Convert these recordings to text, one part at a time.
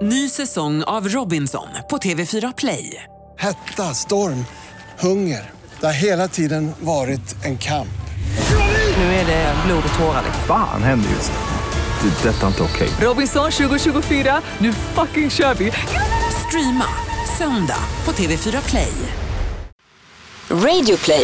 Ny säsong av Robinson på TV4 Play. Hetta, storm, hunger. Det har hela tiden varit en kamp. Nu är det blod och tårar. Fan händer just nu. Det. Detta är inte okej. Robinson 2024, nu fucking kör vi. Streama söndag på TV4 Play. Radio Play.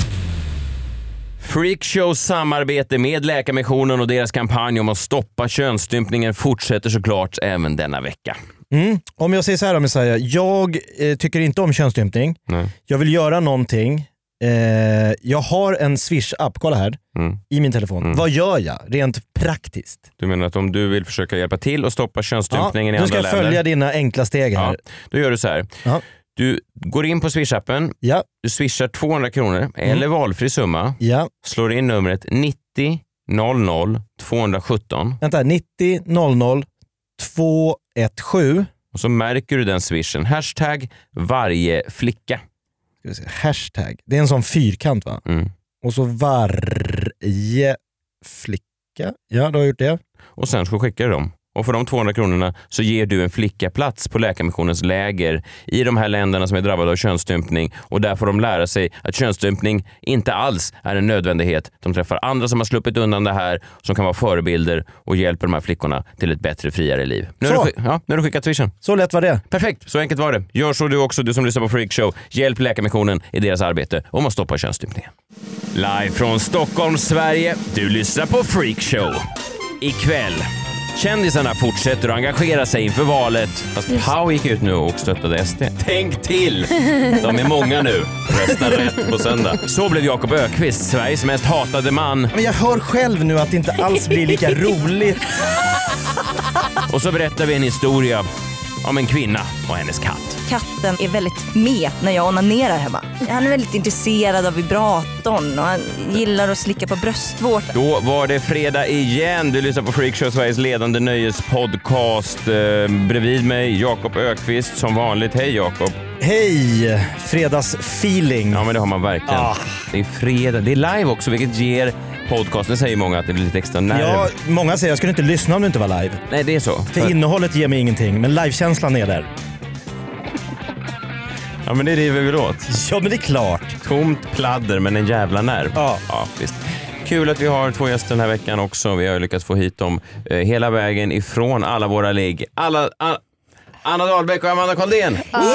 Freakshows samarbete med Läkarmissionen och deras kampanj om att stoppa könsstympningen fortsätter såklart även denna vecka. Om jag säger så här om Messiah, jag tycker inte om könsstympning. Nej. Jag vill göra någonting. Jag har en Swish-app, kolla här, i min telefon. Vad gör jag rent praktiskt? Du menar att om du vill försöka hjälpa till och stoppa könsstympningen i andra länder? Nu ska jag följa dina enkla steg här. Då gör du så här. Ja. Du går in på Swish-appen, du swishar 200 kronor eller valfri summa, slår in numret 90 00 217. Vänta, 90 00 217. Och så märker du den swishen. Hashtag varje flicka. Ska vi se. Hashtag. Det är en sån fyrkant, va? Och så varje flicka. Ja, du har gjort det. Och sen så skickar du dem. Och för de 200 kronorna så ger du en flicka plats på Läkarmissionens läger i de här länderna som är drabbade av könsstympning. Och där får de lära sig att könsstympning inte alls är en nödvändighet. De träffar andra som har sluppit undan det här, som kan vara förebilder och hjälper de här flickorna till ett bättre, friare liv. Nu har du skickat swishen. Så lätt var det. Perfekt, så enkelt var det. Gör så du också, du som lyssnar på Freakshow. Hjälp Läkarmissionen i deras arbete om att stoppa könsstympningen. Live från Stockholm, Sverige. Du lyssnar på Freakshow. Ikväll. Kändisarna fortsätter att engagera sig inför valet. Fast Pau gick ut nu och stöttade SD. Tänk till! De är många nu. Rösta rätt på söndag. Så blev Jakob Ökvist Sveriges mest hatade man. Men jag hör själv nu att det inte alls blir lika roligt. Och så berättar vi en historia om en kvinna och hennes katt. Katten är väldigt med när jag onanerar hemma. Han är väldigt intresserad av vibratorn och han gillar att slicka på bröstvårt. Då var det fredag igen. Du lyssnar på Freakshow, Sveriges ledande nöjespodcast. Bredvid mig Jakob Ökvist som vanligt. Hej Jakob. Hej, fredagsfeeling. Ja, men det har man verkligen. Det är fredag. Det är live också, vilket ger podcasten, säger många att det blir lite extra nerv. Ja, många säger jag skulle inte lyssna om det inte var live. Nej, det är så. För innehållet ger mig ingenting, men livekänslan är där. Ja, men det är det vi vill åt. Ja, men det är klart. Tomt pladder, men en jävla nerv. Ja, visst. Kul att vi har 2 gäster den här veckan också. Vi har lyckats få hit dem hela vägen ifrån alla våra ligg. Anna Dahlbäck och Amanda Koldén.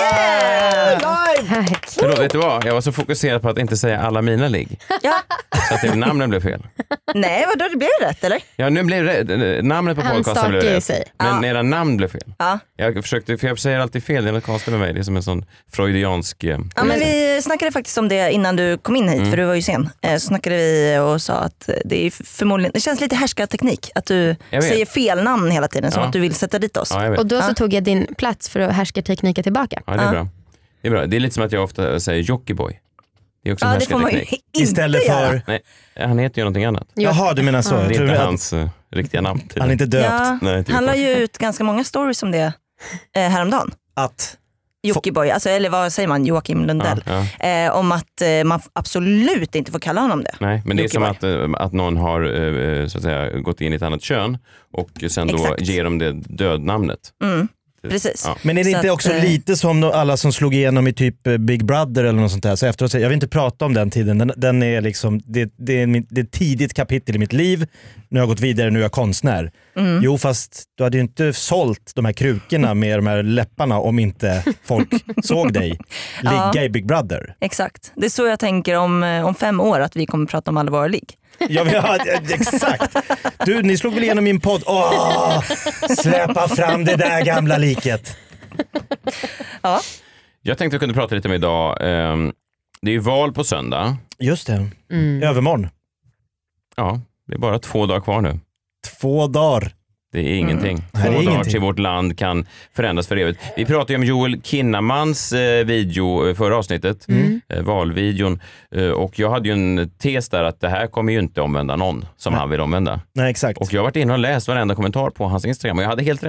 Förlåt, vet du vad? Jag var så fokuserad på att inte säga alla mina ligg. Ja. Så att namnen blev fel. Nej, vadå? Det blev rätt, eller? Ja, nu blev det. Namnet på podcasten blev rätt. Men era namn blev fel. Ja. Jag försökte, för jag säger alltid fel. Det är något konstigt med mig. Det är som en sån freudiansk... Ja, men vi snackade faktiskt om det innan du kom in hit, för du var ju sen. Så snackade vi och sa att det är förmodligen... Det känns lite härskarteknik att du säger fel namn hela tiden, som att du vill sätta dit oss. Ja, och då så tog jag din plats för att härskarteknika tillbaka. Ja, det är bra. Det är bra. Det är lite som att jag ofta säger Jockeyboy. Det är också en härskarteknik. Istället för... Nej, han heter ju någonting annat. Jaha, du menar så. Det är inte hans riktiga namn. Han är inte döpt. Ja, Nej, han la ju ut ganska många stories om det häromdagen. Att... Jockeyboy, alltså, eller vad säger man? Joakim Lundell. Om att man absolut inte får kalla honom det. Nej, men det är Jockeyboy. som att någon har så att säga, gått in i ett annat kön och sen då ger dem det dödnamnet. Precis. Ja. Men är det så inte också lite som alla som slog igenom i typ Big Brother eller något sånt där, så efteråt, jag vill inte prata om den tiden, den är liksom, det är ett tidigt kapitel i mitt liv, nu har jag gått vidare, nu är jag konstnär. Jo, fast du hade ju inte sålt de här krukorna med de här läpparna om inte folk såg dig ligga i Big Brother. Exakt, det är så jag tänker om 5 år, att vi kommer prata om alla våra ligg. Ja, exakt. Du, ni slog väl igenom min podd. Släppa fram det där gamla liket. Ja. Jag tänkte att vi kunde prata lite om idag. Det är ju val på söndag. Just det. Övermorgon. Ja, det är bara 2 dagar kvar nu. 2 dagar. Det är ingenting. 2 är dagar ingenting. till vårt land kan förändras för evigt. Vi pratade ju om Joel Kinnamans video förra avsnittet. Valvideon. Och jag hade ju en tes där att det här kommer ju inte omvända någon som han vill omvända. Nej, exakt. Och jag har varit inne och läst varenda kommentar på hans Instagram och jag hade helt rätt.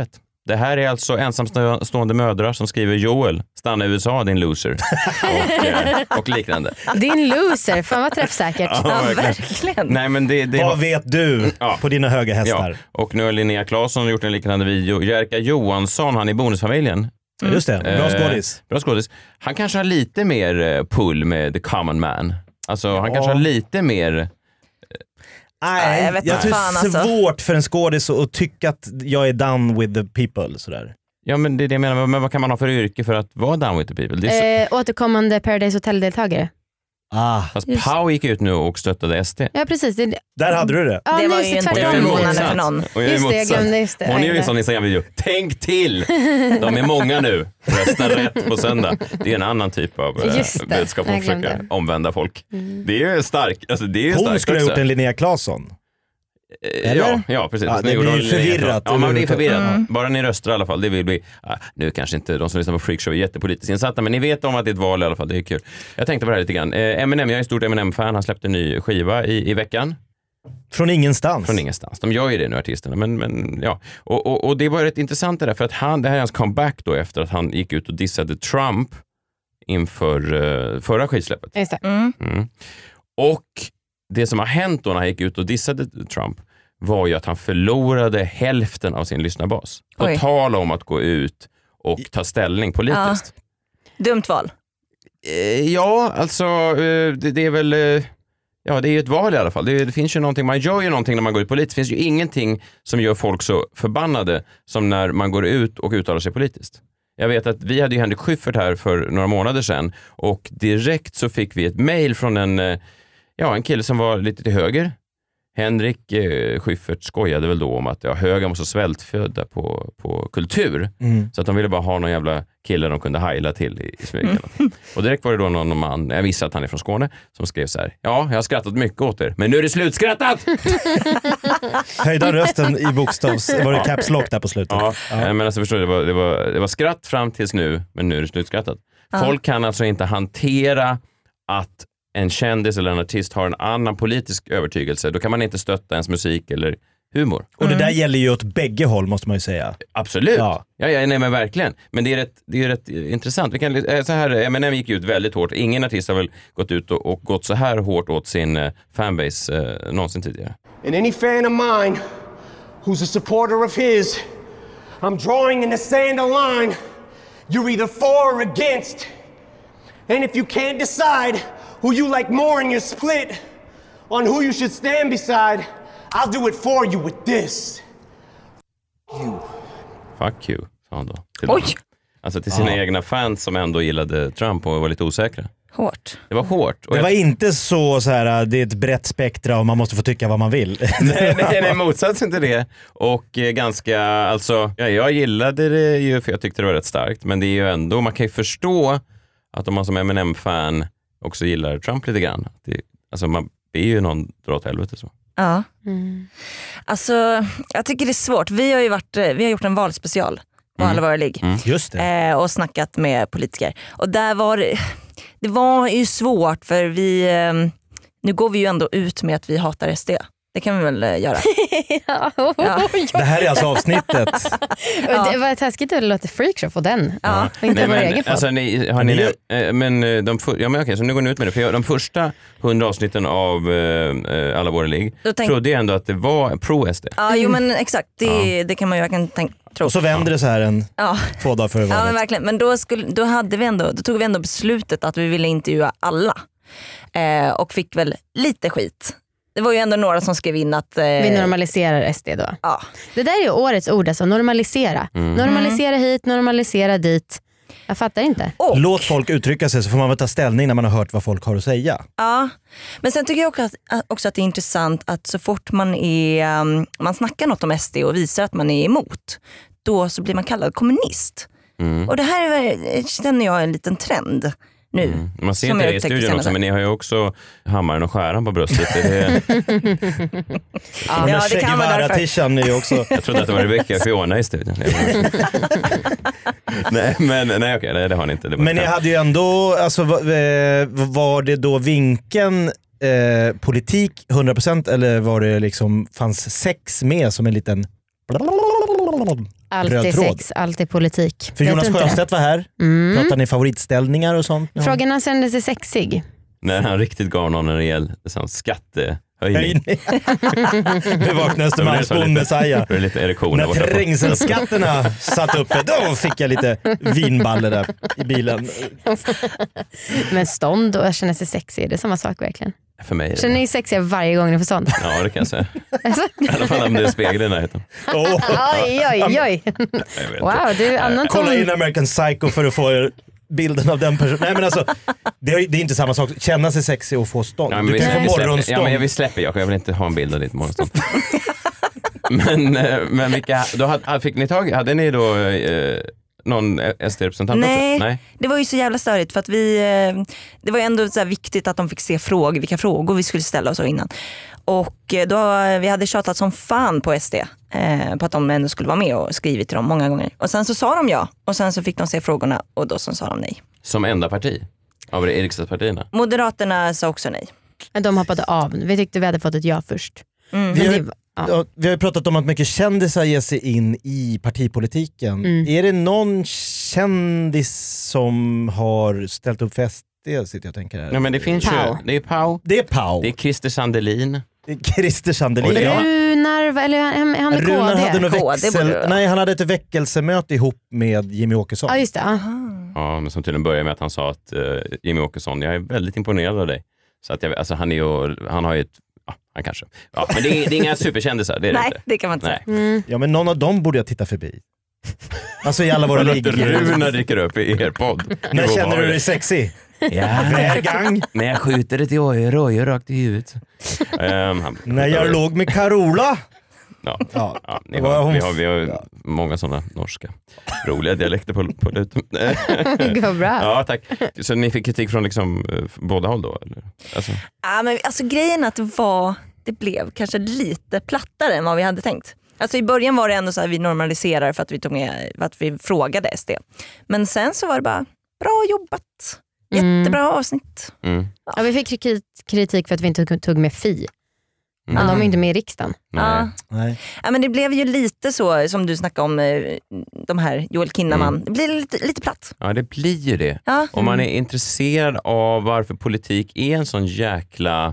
Det här är alltså ensamstående mödrar som skriver Joel, stanna i USA din loser. och liknande. Din loser, fan vad träffsäkert. Ja, verkligen. Nej, men det Vad vet du på dina höga hästar? Ja. Och nu har Linnea Claesson gjort en liknande video. Jerka Johansson, han i Bonusfamiljen. Just det, bra skådis. Bra skådis. Han kanske har lite mer pull med the common man. Alltså han kanske har lite mer... Nej, jag tror det är svårt för en skådis att tycka att jag är down with the people. Sådär. Ja, men det är det jag menar. Men vad kan man ha för yrke för att vara down with the people? Det är återkommande Paradise Hotel-deltagare. Fast Pau gick ut nu och stöttade SD. Ja, precis. Där hade du det. Ja, det var ju inte förvånande för någon. Just det. Hon är ju en sån Instagram-video. Tänk till! De är många nu. Rösta rätt på söndag. Det är en annan typ av budskap att försöka omvända folk. Det är ju starkt. Alltså, hon skulle ha gjort en Linnea Claesson. Ja, precis. Ja, det blir ju förvirrat. Ja, man blir förvirrat. Bara ni röstar i alla fall. Det vill bli... nu kanske inte de som lyssnar på Freakshow är jättepolitiskt insatta, men ni vet om att det är ett val i alla fall. Det är kul. Jag tänkte på det här lite grann. Eminem, jag är stort Eminem-fan. Han släppte en ny skiva i veckan. Från ingenstans. Från ingenstans. De gör ju det nu, artisterna. Men ja. Och det var rätt intressant det där. För att det här är hans comeback då efter att han gick ut och dissade Trump inför förra skivsläppet. Just det. Och det som har hänt då när han gick ut och dissade Trump var ju att han förlorade hälften av sin lyssnarbas. På tal om att gå ut och ta ställning politiskt. Dumt val. Ja, alltså det är väl... Ja, det är ju ett val i alla fall. Det finns ju någonting, man gör ju någonting när man går ut politiskt. Det finns ju ingenting som gör folk så förbannade som när man går ut och uttalar sig politiskt. Jag vet att vi hade ju Henrik Schyffert här för några månader sedan och direkt så fick vi ett mejl från en kille som var lite till höger. Henrik Schyffert skojade väl då om att högern var så svältfödda på kultur. Så att de ville bara ha någon jävla kille de kunde heila till i smyg. Och direkt var det då någon man, jag visste att han är från Skåne, som skrev så här: ja, jag har skrattat mycket åt er, men nu är det slutskrattat! Höjda rösten i bokstavs, var det caps lock där på slutet? Ja. Men alltså förstår du, det var skratt fram tills nu, men nu är det slutskrattat. Folk kan alltså inte hantera att en kändis eller en artist har en annan politisk övertygelse. Då kan man inte stötta ens musik eller humor. Och det där gäller ju åt bägge håll, måste man ju säga. Absolut. Ja, nej, men verkligen. Men det är rätt intressant. Vi kan, så här, Eminem gick ut väldigt hårt. Ingen artist har väl gått ut och gått så här hårt åt sin fanbase någonsin tidigare. And any fan of mine who's a supporter of his, I'm drawing in the sand a line. You're either for or against. And if you can't decide who you like more in your split on who you should stand beside, I'll do it for you with this. Fuck you, sa han då. Oj! Alltså till sina egna fans som ändå gillade Trump och var lite osäkra. Hårt. Det var hårt. Och det var inte så här, det är ett brett spektra och man måste få tycka vad man vill. nej, motsatsen till det. Och ganska, alltså, jag gillade det ju för jag tyckte det var rätt starkt. Men det är ju ändå, man kan ju förstå att om man som Eminem-fan också gillar Trump lite grann. Alltså man är ju någon dra åt helvete så. Ja. Alltså jag tycker det är svårt. Vi har gjort en valspecial på alla våra ligg. Just det. Och snackat med politiker. Och där var det var ju svårt för nu går vi ju ändå ut med att vi hatar SD. Det kan vi väl göra. Ja. Det här är alltså avsnittet. Det var taskigt att låta Freakshow få den. Ja. Inte vår egen podd. Alltså, så nu går ni ut med det. För de första 100 avsnitten av alla våra ligg trodde jag ändå att det var pro-SD. Ja, jo men exakt. Det kan man ju verkligen tro. Och så vänder det så här 2 dagar före valet. Ja men verkligen. Men då tog vi ändå beslutet att vi ville intervjua alla. Och fick väl lite skit. Det var ju ändå några som skrev in att... Vi normaliserar SD då. Ja. Det där är ju årets ord, alltså normalisera. Normalisera hit, normalisera dit. Jag fattar inte. Låt folk uttrycka sig så får man väl ta ställning när man har hört vad folk har att säga. Ja, men sen tycker jag också att det är intressant att så fort man snackar något om SD och visar att man är emot, då så blir man kallad kommunist. Och det här känner jag en liten trend. Nu. Man ser inte det i studion också, men ni har ju också hammaren och skäran på bröstet. Det kan vara därför. Är också... Jag trodde att det var Rebecca Fiona i studion. nej, det har ni inte. Men ni hade ju ändå, alltså, var det då vinkeln politik 100% eller var det liksom, fanns sex med som en liten... Alltid röd tråd. sex, alltid politik. För Vet Jonas du inte? Sjöstedt var här. Pratade ni favoritställningar och sånt? Ja. Frågan han kände sig sexig. När han riktigt gav någon en rejäl skattehöjning. Det vaknade Östermalmsbon Messiah. Det är lite erektion. När trängselskatterna satt uppe, då fick jag lite vinballer där i bilen. Men stånd och känna sig sexig, det är samma sak verkligen. För mig är det. Känner ni sexiga varje gång ni får stånd? Ja, det kan jag säga. Alltså? I alla fall om det är spegel i närheten. Oj. Wow, du annan Kolla in American Psycho för att få bilden av den personen. Nej men alltså, det är inte samma sak. Känna sig sexig och få stånd. Ja, du kan få morgonstånd. Ja, men vi släpper jag vill inte ha en bild av ditt morgonstånd. men vilka, hade ni då någon SD-representant också? Nej, det var ju så jävla störigt för att det var ju ändå så här viktigt att de fick se vilka frågor vi skulle ställa och så innan. Och vi hade tjatat som fan på SD på att de ändå skulle vara med och skrivit till dem många gånger. Och sen så sa de ja och sen så fick de se frågorna och då så sa de nej. Som enda parti? Av riksdagspartierna? Moderaterna sa också nej. Men de hoppade av. Vi tyckte vi hade fått ett ja först. Vi har ju pratat om att mycket kändisar ger sig in i partipolitiken. Är det någon kändis som har ställt upp för SD? Sitter jag och tänker här. Ja, men det finns ju. Det är Pau. Det är Pau. Det är Christer Sandelin. Christer Sandelin. Runar, eller han är Runar KD. hade han hade ett väckelsemöte ihop med Jimmy Åkesson. Ja, just det. Ja, men som till en början med att han sa att Jimmy Åkesson, jag är väldigt imponerad av dig. Så att han har ju ett han kanske. Ja, men det är inga superkändisar, det är det nej, inte. Det kan man inte säga. Ja, men någon av dem borde jag titta förbi. Alltså i alla våra ligger. Runar dyker upp i er podd. När känner du dig sexy? Ja, vägang. När jag skjuter ett rådjur rakt i huvudet. När jag låg med Carola. Ja, vi har många sådana norska roliga dialekter på luten. Gå bra. Ja, tack. Så ni fick kritik från liksom båda håll då? Eller? Ja, men alltså grejen är att det blev kanske lite plattare än vad vi hade tänkt. Alltså i början var det ändå så här vi normaliserar för att vi tog med, för att vi frågade SD. Men sen så var det bara bra jobbat. Jättebra avsnitt. Ja, vi fick kritik för att vi inte tog med Fi. Men de är inte med i riksdagen. Nej. Ja, men det blev ju lite så som du snackade om de här Joel Kinnaman. Det blir lite platt. Ja, det blir ju det. Ja. Om man är intresserad av varför politik är en sån jäkla...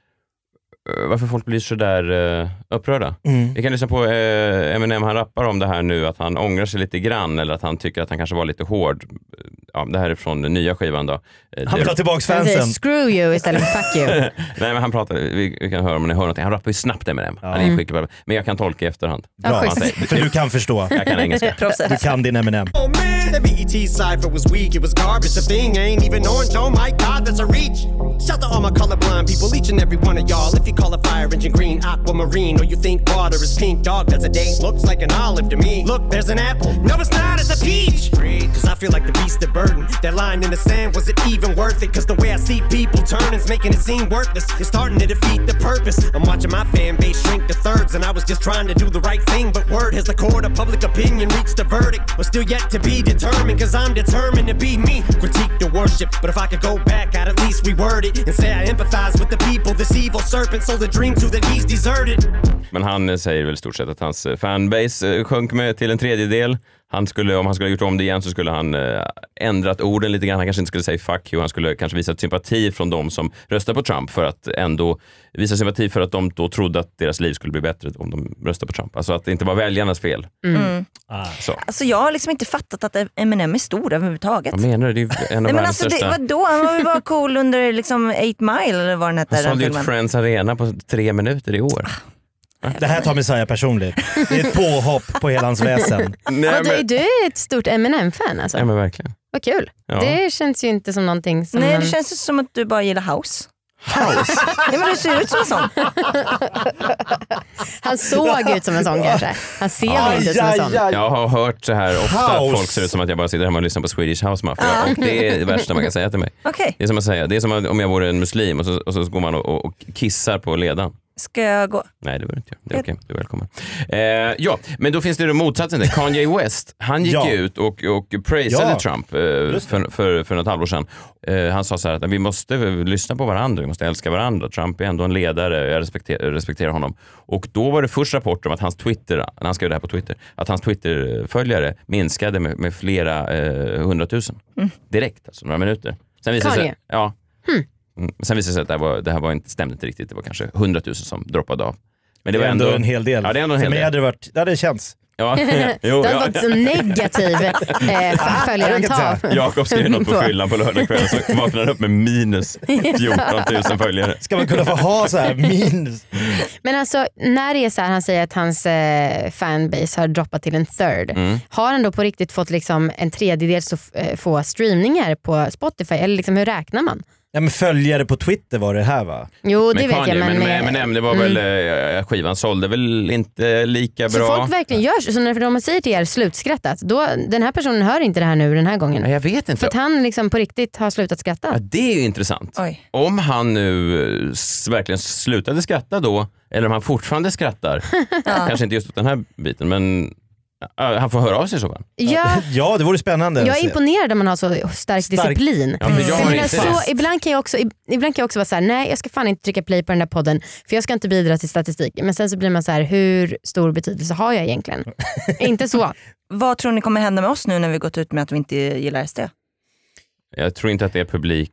Varför folk blir så där upprörda. Vi kan lyssna på Eminem, han rappar om det här nu, att han ångrar sig lite grann eller att han tycker att han kanske var lite hård. Ja, det här är från den nya skivan då. Han vill ha tillbaks fansen. Screw you istället för fuck you. Nej, men han pratar, vi kan höra om ni hör någonting. Han rappar ju snabbt Eminem. Han är skicklig, men jag kan tolka i efterhand. Bra, för du kan förstå. Jag kan engelska. Du kan din Eminem. Oh man, the BET cipher was weak, it was garbage. The thing ain't even orange, oh my god, that's a reach. Shout to all my colorblind people, each and every one of y'all. If you call a fire engine green, aquamarine, or you think water is pink, dog, that's a date. Looks like an olive to me. Look, there's an apple. No, it's not, it's a peach. Cause I feel like the beast of burden. That line in the sand, was it even worth it? Cause the way I see people turning's making it seem worthless. It's starting to defeat the purpose. I'm watching my fan base shrink to thirds, and I was just trying to do the right thing. But word has the court of public opinion reached a verdict. But still yet to be determined, cause I'm determined to be me. Critique the worship, but if I could go back, I'd at least reword it and say I empathize with the people. This evil serpent sold a dream to that he's deserted. Men han säger väl i stort sett att hans fanbase sjönk med till en tredjedel. Om han skulle ha gjort om det igen så skulle han ändrat orden lite grann. Han kanske inte skulle säga fuck you. Han skulle kanske visa sympati från de som röstar på Trump för att ändå visa sympati för att de då trodde att deras liv skulle bli bättre om de röstar på Trump. Alltså att det inte var väljarnas fel. Så. Alltså jag har liksom inte fattat att Eminem är stor överhuvudtaget. Vad menar du? Det är en av världens största. Vadå? Han var väl bara cool under liksom 8 Mile eller vad den hette. Han sålde ju ett Friends Arena på 3 minuter i år. Det här tar Messiah personligt. Det är ett påhopp på hela hans väsen. Du är ett stort Eminem-fan alltså? Ja, men verkligen. Vad kul. Ja. Det känns ju inte som någonting som... Nej, det känns ju som att du bara gillar house. House? Ja, men du ser ut som en sån. Han såg ut som en sån kanske. Han ser väl inte som en sån. Jag har hört så här ofta att folk ser ut som att jag bara sitter hemma och lyssnar på Swedish House Mafia. Och det är det värsta man kan säga till mig. Okay. Det är som att säga, det är som om jag vore en muslim och så går man och kissar på ledan. Ska jag gå? Nej, det behöver inte göra. Det är okej. Du är välkommen. Ja, men då finns det motsatsen där. Kanye West, han gick ut och praisade Trump för något halvår sedan. Han sa så här att vi måste lyssna på varandra, vi måste älska varandra. Trump är ändå en ledare, jag respekterar honom. Och då var det först rapporter om att hans Twitter, han skrev det här på Twitter, att hans Twitter-följare minskade med flera 100 000. Direkt, alltså några minuter. Sen visade sig, sen visade det sig att det här var inte, stämde inte riktigt. Det var kanske 100 000 som droppade av. Men det var ändå en hel del. Ja, det är ändå en hel del. Hade det varit, det hade känts. Ja. Det har varit så negativ följarantal. Jakob skrev något på fyllan på lördag kväll så vaknade upp med minus 14 000 följare. Ska man kunna få ha så här minus? Men alltså när det är så här, han säger att hans fanbase har droppat till en third. Har han då på riktigt fått liksom en tredjedel så få streamningar på Spotify? Eller liksom, hur räknar man? Ja, men följare på Twitter var det här, va? Jo, det vet jag. Men det var väl skivan sålde väl inte lika bra. Så folk verkligen gör så när de säger till er slutskrattat, då den här personen hör inte det här nu den här gången. Ja, jag vet inte. För att han liksom på riktigt har slutat skratta. Ja, det är ju intressant. Oj. Om han nu verkligen slutade skratta då, eller om han fortfarande skrattar. Kanske inte just den här biten, men han får höra av sig så va? Ja, det vore spännande. Jag är imponerad om man har så stark disciplin. Ja, ibland kan jag också vara så här: nej, jag ska fan inte trycka play på den där podden för jag ska inte bidra till statistik. Men sen så blir man så här: hur stor betydelse har jag egentligen? Inte så. Vad tror ni kommer hända med oss nu när vi gått ut med att vi inte gillar SD? Jag tror inte att det är publik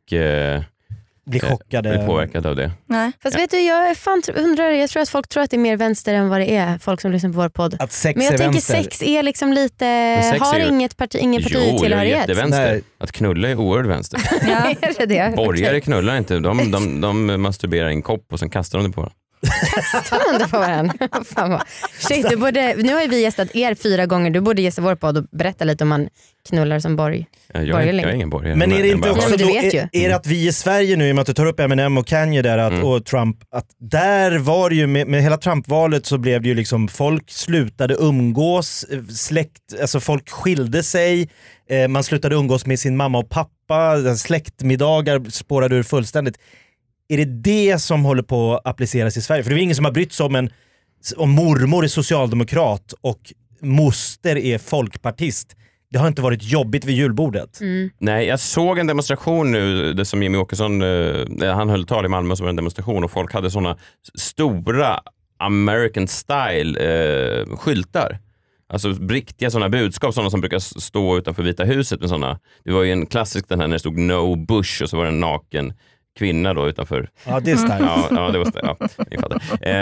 blir chockade. Blir påverkade av det. Nej. Fast vet du, jag tror att folk tror att det är mer vänster än vad det är. Folk som lyssnar på vår podd. Att sex men jag är tänker vänster. Sex är liksom lite, har ingen partitillhörighet. Jo, jag är jättevänster. Att knulla är oerhört vänster. Ja. Är det? Borgare knullar inte. De masturberar i en kopp och sen kastar de det på varandra. Kastar de det på varandra? Fan shit, nu har ju vi gästat er 4 gånger. Du borde gästa vår podd och berätta lite om man knullar som borg. Jag är ingen borgare. Men är det inte också då, är det att vi i Sverige nu, i och med att du tar upp Eminem och Kanye där och Trump, att där var det ju med hela Trump-valet så blev det ju liksom folk slutade umgås, alltså folk skilde sig, man slutade umgås med sin mamma och pappa, släktmiddagar spårade ur fullständigt. Är det som håller på att appliceras i Sverige? För det är ingen som har brytt sig om mormor är socialdemokrat och moster är folkpartist. Det har inte varit jobbigt vid julbordet. Nej, jag såg en demonstration nu, det som Jimmy Åkesson, han höll tal i Malmö som var en demonstration och folk hade såna stora American style skyltar. Alltså riktiga sådana budskap, sådana som brukar stå utanför Vita huset med sådana. Det var ju en klassisk den här när det stod No Bush och så var det en naken kvinna då utanför. Ja, det är starkt. Ja, det var starkt. Ja, ni fattar.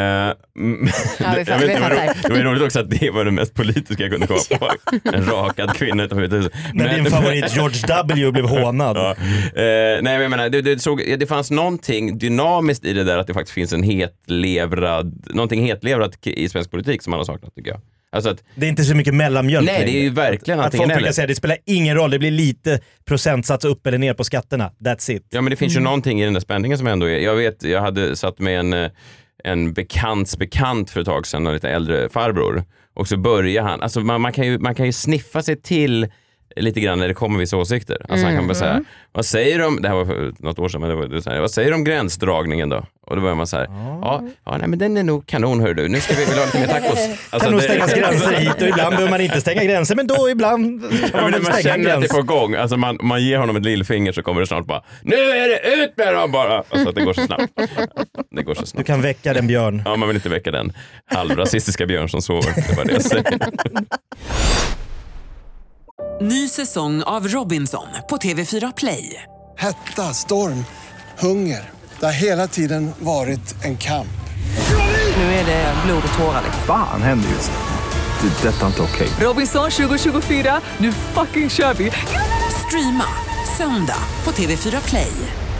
Det var roligt också att det var det mest politiska jag kunde komma på. En rakad kvinna utanför Vita huset. Men din favorit George W blev hånad. Ja. Nej, men jag menar, det fanns någonting dynamiskt i det där att det faktiskt finns någonting hetlevrad i svensk politik som man har saknat, tycker jag. Alltså att, det är inte så mycket mellanmjölk. Nej, det är ju verkligen att folk brukar säga det spelar ingen roll, det blir lite procentsats upp eller ner på skatterna. That's it. Ja, men det finns ju någonting i den där spänningen som ändå är. Jag hade satt med en bekant för ett tag sedan, en lite äldre farbror. Och så börjar han, alltså man kan ju sniffa sig till lite grann när det kommer vissa åsikter. Alltså han kan bara säga, vad säger de, det här var för något år sedan, men det var så här, vad säger de om gränsdragningen då? Och då börjar man så här, nej men den är nog kanon, hör du. Nu ska vi väl ha lite mer tacos. Alltså, kan nog stängas gränser hit och ibland behöver man inte stänga gränser, men då ibland kan man stänga känner att det är på gång. Alltså man ger honom ett lillfinger så kommer det snart bara, nu är det ut med dem bara. Alltså att det går så snabbt. Det går så snabbt. Du kan väcka den björn. Ja, man vill inte väcka den halvrasistiska björn som sover. Det var det jag säger. Ny säsong av Robinson på TV4 Play. Hetta, storm, hunger. Det har hela tiden varit en kamp. Nu är det blod och tårar. Fan händer just det. Detta är inte okej. Robinson 2024, nu fucking kör vi. Streama söndag på TV4 Play.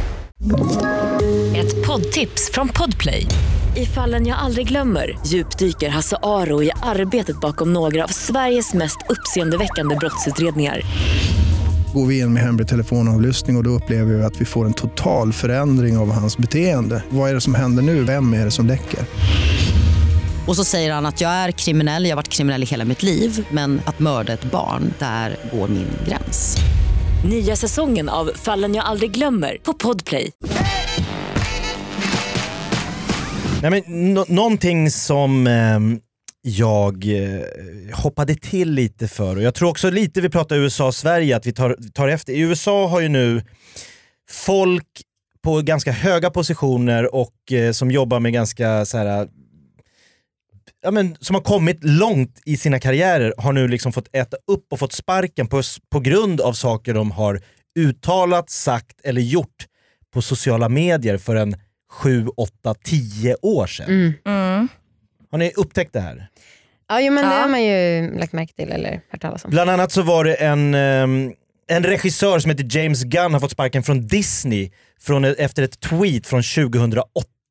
Ett poddtips från Podplay. I Fallen jag aldrig glömmer djupdyker Hasse Aro i arbetet bakom några av Sveriges mest uppseendeväckande brottsutredningar. Går vi in med hemlig telefonavlyssning och då upplever vi att vi får en total förändring av hans beteende. Vad är det som händer nu? Vem är det som läcker? Och så säger han att jag är kriminell, jag har varit kriminell i hela mitt liv. Men att mörda ett barn, där går min gräns. Nya säsongen av Fallen jag aldrig glömmer på Podplay. Nej, men någonting som jag hoppade till lite för, och jag tror också lite vi pratar USA och Sverige att vi tar efter. I USA har ju nu folk på ganska höga positioner och som jobbar med ganska så här, som har kommit långt i sina karriärer har nu liksom fått äta upp och fått sparken på grund av saker de har uttalat, sagt eller gjort på sociala medier för en 7, 8, 10 år sedan. Har ni upptäckt det här? Ja, men det har man ju lagt märke till eller hört talas om. Bland annat så var det en regissör som heter James Gunn har fått sparken från Disney efter ett tweet från 2008.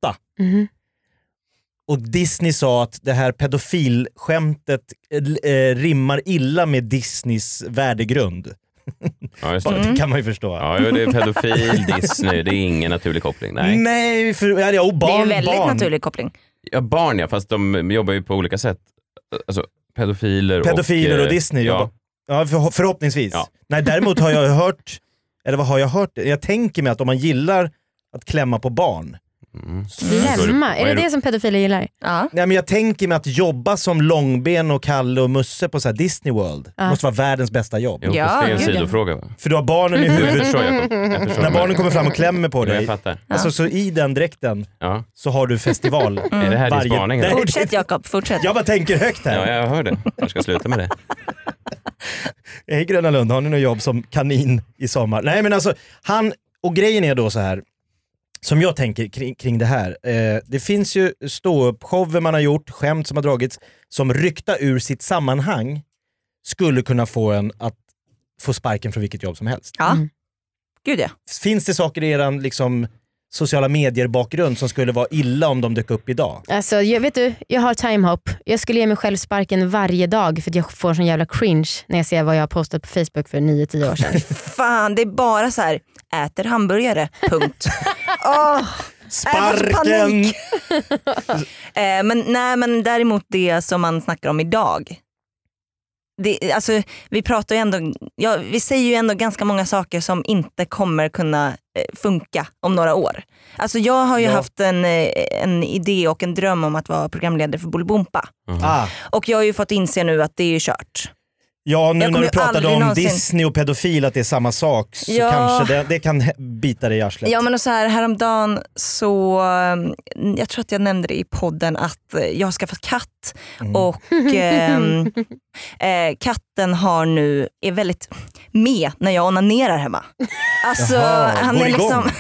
Och Disney sa att det här pedofilskämtet rimmar illa med Disneys värdegrund. Ja, just det. Det kan man ju förstå. Ja, det är pedofil, Disney, det är ingen naturlig koppling. Nej, barn, det är en väldigt naturlig koppling. Ja, barn ja, fast de jobbar ju på olika sätt. Alltså pedofiler och Disney jobbar. Ja, förhoppningsvis. Ja. Nej, däremot har jag hört, eller vad har jag hört? Jag tänker mig att om man gillar att klämma på barn. Klämma? Är det som pedofiler gillar? Ja. Nej, men jag tänker mig att jobba som Långben och Kalle och Musse på så här Disney World. Måste vara världens bästa jobb. Jo, det är en sidofråga. För du har barnen i huvudet. Jag förstår. När barnen kommer fram och klämmer på dig. Jag fattar. Alltså, så i den dräkten så har du festival. Är det här din spaning? Fortsätt Jakob, fortsätt. Jag bara tänker högt här. Ja, jag hör det. Jag ska sluta med det. Hej Gröna Lund, har ni något jobb som kanin i sommar? Nej, men alltså, och grejen är då så här, som jag tänker kring det här. Det finns ju stå-upp-shower man har gjort, skämt som har dragits, som rykta ur sitt sammanhang skulle kunna få en att få sparken från vilket jobb som helst. Ja, gud ja. Finns det saker i eran liksom sociala medier-bakgrund som skulle vara illa om de dök upp idag? Alltså, jag har timehop. Jag skulle ge mig själv sparken varje dag för att jag får sån jävla cringe när jag ser vad jag har postat på Facebook för 9-10 år sedan. Fan, det är bara så här, äter hamburgare, punkt. Sparken! Men däremot det som man snackar om idag. Alltså, vi pratar ju ändå, vi säger ju ändå ganska många saker som inte kommer kunna funka om några år. Alltså jag har ju haft en idé och en dröm om att vara programledare för Bolibompa. Och jag har ju fått inse nu att det är ju kört. Ja, nu när du pratade om Disney och pedofil att det är samma sak så kanske det kan bita dig i arslet. Ja, men och så här, häromdagen så jag tror att jag nämnde det i podden att jag har skaffat katt och katten är väldigt med när jag onanerar hemma. Alltså han är liksom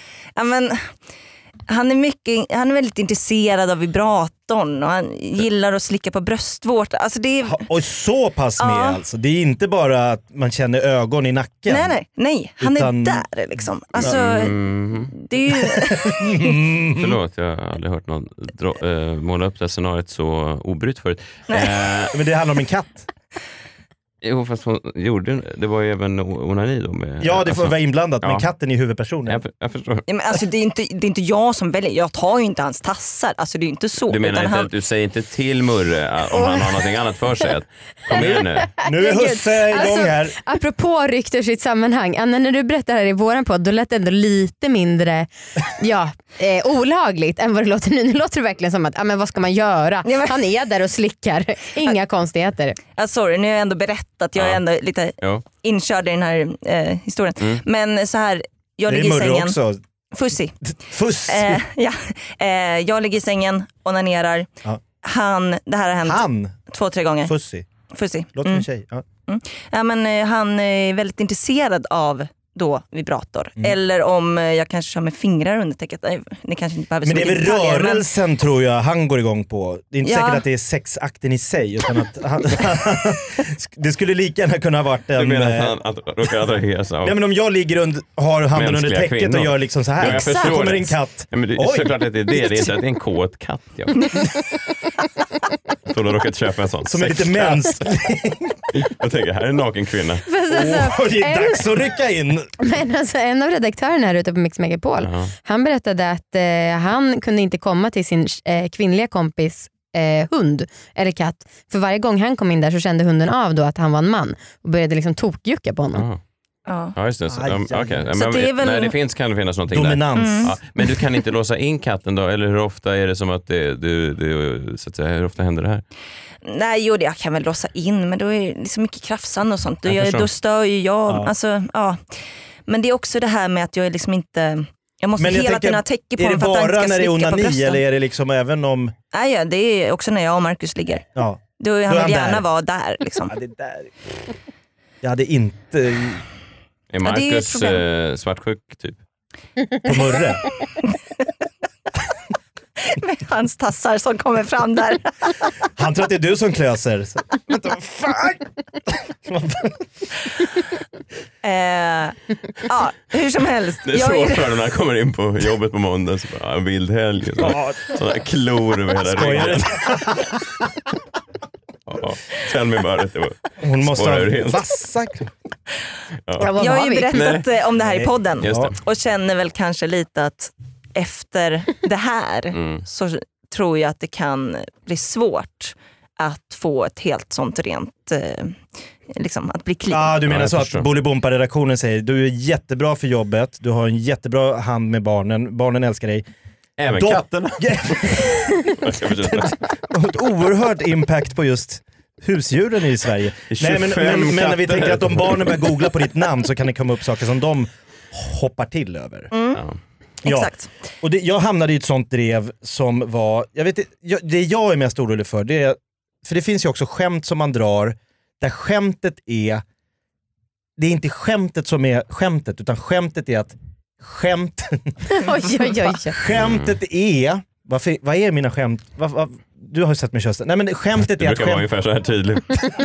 han är väldigt intresserad av vibratorn och han gillar att slicka på bröstvårta. Alltså det är... Och så pass med alltså. Det är inte bara att man känner ögon i nacken. Nej. Han är där liksom. Alltså det är ju... Förlåt, jag har aldrig hört någon måla upp det scenariet så obrytt förut. Men det handlar om en katt. Jo, fast hon gjorde det var ju även onani då med, ja, det får vara inblandat, men katten är huvudpersonen. Jag förstår. Ja, men alltså, det är inte jag som väljer. Jag tar ju inte hans tassar. Alltså det är inte så. Du menar inte att du säger inte till Murre om han har någonting annat för sig? Kom igen nu. Nu är Husse igång här. Alltså, apropå rykter sitt sammanhang. Anna, när du berättar här i våran podd, då lät det ändå lite mindre olagligt än vad det låter nu. Nu låter det verkligen som att, men vad ska man göra? Han är där och slickar. Inga konstigheter. Sorry, nu har jag ändå berättat att jag är ändå lite inkörd i den här historien. Men så här, jag ligger i sängen. Också. Fussi. Jag ligger i sängen, onanerar. Ja. Det här har hänt 2-3 gånger. Fussi. Låt som en tjej. Ja, men han är väldigt intresserad av då vibrator. Eller om jag kanske kör med fingrar under täcket. Ni kanske inte behöver. Men det är väl rörelsen tror jag han går igång på. Det är inte säkert att det är sexakten i sig utan att det skulle lika gärna kunna ha varit en... Du menar att han råkar attraheras av... Nej, men om jag ligger har handen under täcket kvinnor. Och gör liksom så här. Ja, så kommer en katt. Ja, men det är såklart att det är det. Det är inte att det är en kåt katt. Ja. Så du har råkat köpa en sån. Som är lite mänsklig. Jag tänker, här är en naken kvinna. Det är dags att rycka in. Men alltså, en av redaktörerna här ute på Mix Megapol, han berättade att han kunde inte komma till sin kvinnliga kompis hund eller katt. För varje gång han kom in där så kände hunden av då att han var en man och började liksom tokjucka på honom. Ja, just det. Okay. Så det är väl... När det kan det finnas någonting dominans. där. Ja, men du kan inte låsa in katten då? Eller hur ofta är det som att du så att säga, hur ofta händer det här? Nej, jag kan väl låsa in, men då är det så mycket krafsande och sånt. Då stör ju jag. Ja. Alltså, ja. Men det är också det här med att jag är liksom inte... Jag måste hela tiden ha täcke på mig för att han inte ska slicka på brösten. Är det bara när det är onani eller är det liksom även om... Nej, ja, det är också när jag och Marcus ligger. Ja. Då han vill gärna vara där. Liksom. Ja, det där. Jag hade inte... Är Marcus svartsjuk typ? På Murre? Med hans tassar som kommer fram där. Han tror att det är du som klöser. Vänta, vad fan? Ja, hur som helst. Det är så för när han kommer in på jobbet på måndag. Så bara, en vild helg. Sådana klor över hela ryggen. Känn mig bara att det var... Hon måste ha vassa. Jag har ju berättat om det här i podden. Och känner väl kanske lite att efter det här så tror jag att det kan bli svårt att få ett helt sånt rent liksom att bli clean. Ja, du menar så att Bolibompa-redaktionen säger du är jättebra för jobbet, du har en jättebra hand med barnen älskar dig. Även katterna. Ett oerhört impact på just husdjuren i Sverige. Nej, men när vi tänker att om barnen börjar googla på ditt namn så kan det komma upp saker som de hoppar till över. Ja. Exakt. Och jag hamnade i ett sånt drev som var, jag vet inte, det jag är mest orolig för, det är, för det finns ju också skämt som man drar där skämtet är, det är inte skämtet som är skämtet, utan skämtet är att skämtet är, vad är mina skämt? Du har ju sett mig kösta. Nej, men skämtet är att det brukar vara ungefär så här tydligt.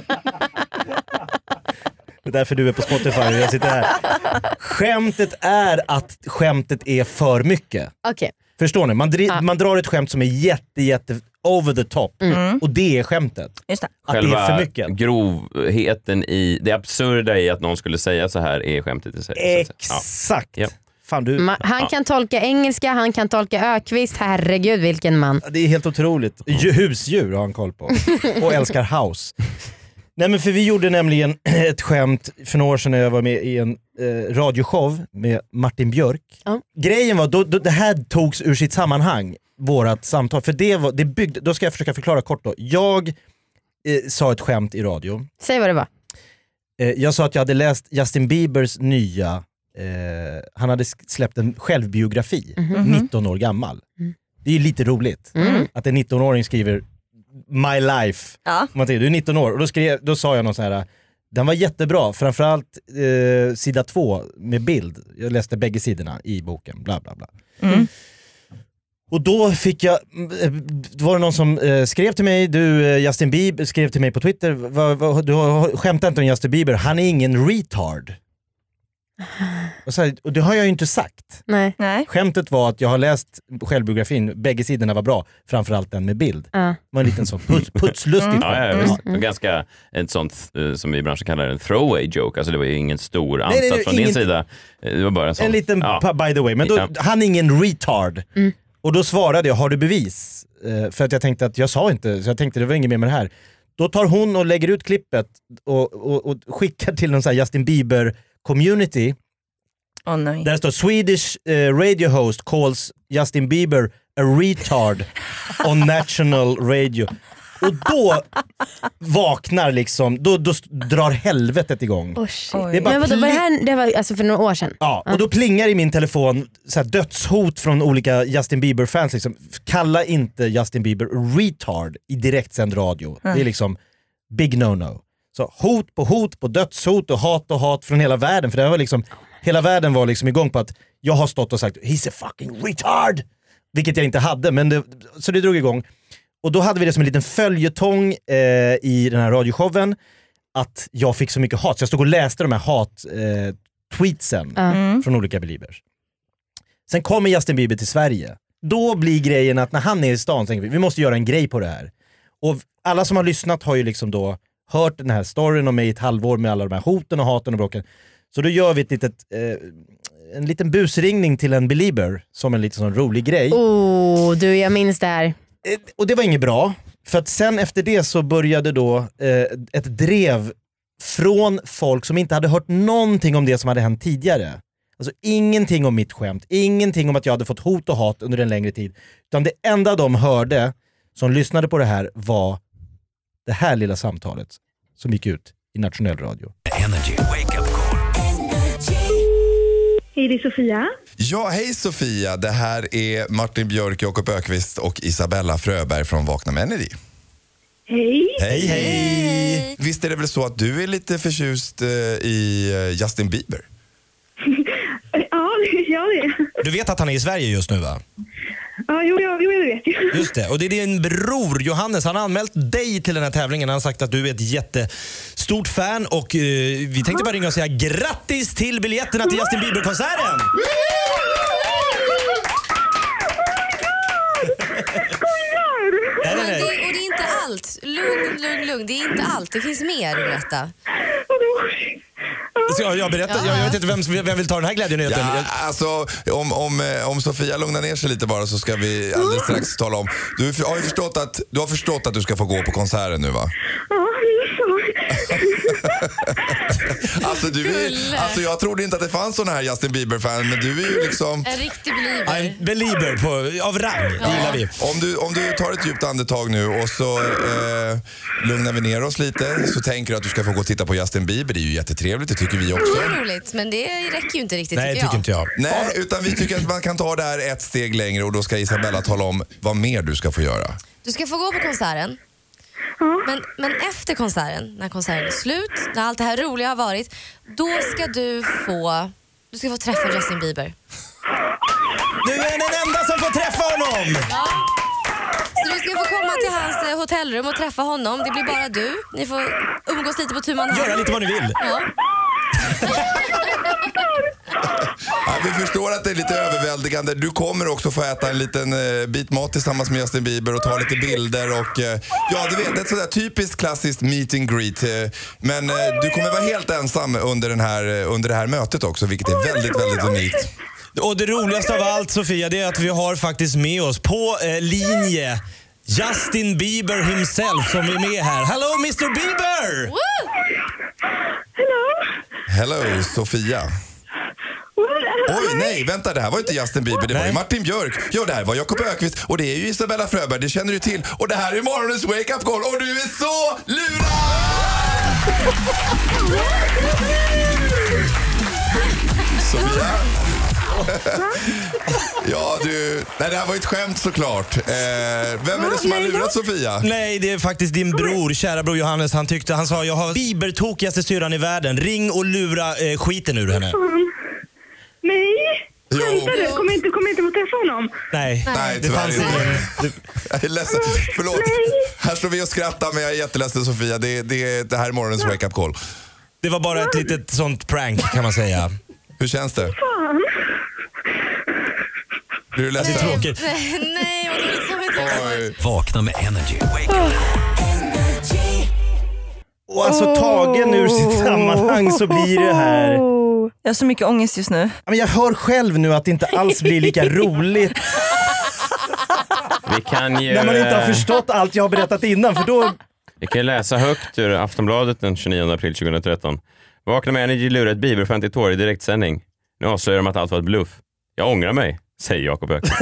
Det är därför du är på Spotify och jag sitter här. Skämtet är att skämtet är för mycket. Okay. Förstår ni? Man drar ett skämt som är jätte over the top. Och det är skämtet. Just det. Att själva det är för mycket. Grovheten i det absurda i att någon skulle säga så här är skämtet i sig. Exakt. Ja. Fan, han kan tolka engelska, han kan tolka Ökvist. Herregud, vilken man. Det är helt otroligt. Husdjur har han koll på. Och älskar house. Nej, men för vi gjorde nämligen ett skämt för några år sedan när jag var med i en radioshow med Martin Björk. Grejen var, det här togs ur sitt sammanhang, vårat samtal. För det byggde, då ska jag försöka förklara kort då. Jag sa ett skämt i radio. Säg vad det var. Jag sa att jag hade läst Justin Biebers nya, han hade släppt en självbiografi, 19 år gammal. Det är ju lite roligt att en 19-åring skriver My life. Man tänker, du är 19 år. Och då sa jag någon så här, den var jättebra. Framförallt sida 2 med bild. Jag läste bägge sidorna i boken. Bla bla bla. Och då fick jag, var det någon som skrev till mig, Justin Bieber skrev till mig på Twitter, du skämtar inte om Justin Bieber, han är ingen retard. Och det har jag ju inte sagt. Nej. Skämtet var att jag har läst självbiografin, bägge sidorna var bra, framförallt den med bild. Det var en liten sån putslustigt. Ganska ett sånt som vi i branschen kallar en throwaway joke. Alltså det var ju ingen stor ansats från din sida. Det var bara en sån. En liten by the way, men då, han är ingen retard. Och då svarade jag, har du bevis? För att jag tänkte att jag sa inte, så jag tänkte det var inget mer med det här. Då tar hon och lägger ut klippet och skickar till någon sån här Justin Bieber community. Där det står Swedish radio host calls Justin Bieber a retard on national radio. Och då vaknar liksom, då drar helvetet igång. Det var alltså för några år sedan. Ja, och då plingar i min telefon så här dödshot från olika Justin Bieber-fans. Liksom. Kalla inte Justin Bieber retard i direktsänd radio. Det är liksom big no-no. Så hot på dödshot och hat från hela världen. För det var liksom, hela världen var liksom igång på att jag har stått och sagt he's a fucking retard. Vilket jag inte hade, men så det drog igång. Och då hade vi det som en liten följetong i den här radioshowen att jag fick så mycket hat. Så jag stod och läste de här hat-tweetsen från olika Beliebers. Sen kommer Justin Bieber till Sverige. Då blir grejen att när han är i stan så tänker vi måste göra en grej på det här. Och alla som har lyssnat har ju liksom då hört den här storyn om mig i ett halvår med alla de här hoten och haten och bråken. Så då gör vi en liten busringning till en Belieber som en lite sån rolig grej. Jag minns det här. Och det var inget bra. För att sen efter det så började då ett drev från folk som inte hade hört någonting om det som hade hänt tidigare. Alltså ingenting om mitt skämt, ingenting om att jag hade fått hot och hat under en längre tid. Utan det enda de hörde som lyssnade på det här var det här lilla samtalet som gick ut i nationell radio. Energy. Wake up call. Hej, det är Sofia. Ja, hej Sofia. Det här är Martin Björk, Jakob Ökvist och Isabella Fröberg från Vakna med Energy. Hej. Hej, hej. Visst är det väl så att du är lite förtjust i Justin Bieber? Ja, det. Du vet att han är i Sverige just nu, va? Ja, jo, jag vet ju. Just det, och det är din bror Johannes, han har anmält dig till den här tävlingen. Han har sagt att du är ett jättestort fan och vi tänkte bara ringa och säga grattis till biljetterna till Justin Bieber-konserten! Nej. Och det är inte allt. Lugn. Det är inte allt. Det finns mer att berätta. Ska jag berätta? Jag vet inte vem vill ta den här glädjenyheten. Ja, alltså, om Sofia lugnar ner sig lite bara så ska vi alldeles strax tala om. Du har förstått att du ska få gå på konserten nu, va? Alltså jag trodde inte att det fanns såna här Justin Bieber-fan, men du är ju liksom en riktig belieber. En belieber av rang, gillar vi. Om du tar ett djupt andetag nu och så lugnar vi ner oss lite, så tänker du att du ska få gå och titta på Justin Bieber. Det är ju jättetrevligt, det tycker vi också. Det är roligt, men det räcker ju inte riktigt. Nej, tycker inte jag. Nej, utan vi tycker att man kan ta det här ett steg längre, och då ska Isabella tala om vad mer du ska få göra. Du ska få gå på konserten. Men efter konserten, när konserten är slut, när allt det här roliga har varit, då ska du få träffa Justin Bieber. Du är den enda som får träffa honom! Ja. Så du ska få komma till hans hotellrum och träffa honom. Det blir bara du. Ni får umgås lite på tu man hand. Göra lite vad ni vill. Ja. Ja, vi förstår att det är lite överväldigande. Du kommer också få äta en liten bit mat tillsammans med Justin Bieber och ta lite bilder och ja, du vet, ett sådär typiskt klassiskt meet and greet. Men du kommer vara helt ensam under det här mötet också, vilket är väldigt, väldigt unikt. Och det roligaste av allt, Sofia, det är att vi har faktiskt med oss på linje Justin Bieber himself som är med här. Hello, Mr. Bieber! Woo! Hello, Sofia. Oj, nej, vänta, det här var inte Justin Bieber, det var ju Martin Björk. Ja, det här var Jakob Ökvist och det är ju Isabella Fröberg, det känner du till. Och det här är morgonens wake up call och du är så lurad! Sofia? Ja, nej, det här var ett skämt såklart. Vem är det som har lurat Sofia? Nej, det är faktiskt din bror, kära bror Johannes. Han sa, jag har Bieber-tokigaste syrran i världen. Ring och lura skiten ur henne. Nej, skämtar du? Kommer inte få träffa honom? Nej, det fanns inte. Jag är ledsen, förlåt. Här står vi och skrattar, men jag är jätteledsen, Sofia. Det här är morgonens wake up call. Det var bara ett litet sånt prank, kan man säga. Hur känns det? Fan. Blir du ledsen? Det är tråkigt. Nej, vad det är. Vakna med Energy. Wake up. Och alltså tagen ur sitt sammanhang så blir det här. Jag har så mycket ångest just nu. Men jag hör själv nu att det inte alls blir lika roligt. Vi kan ju... När man inte har förstått allt jag har berättat innan, för då... Vi kan läsa högt ur Aftonbladet den 29 april 2013. Vakna med Energy lurar ett Bieber-fan till tår i direktsändning. Nu avslöjar de att allt var ett bluff. Jag ångrar mig, säger Jakob Ökvist.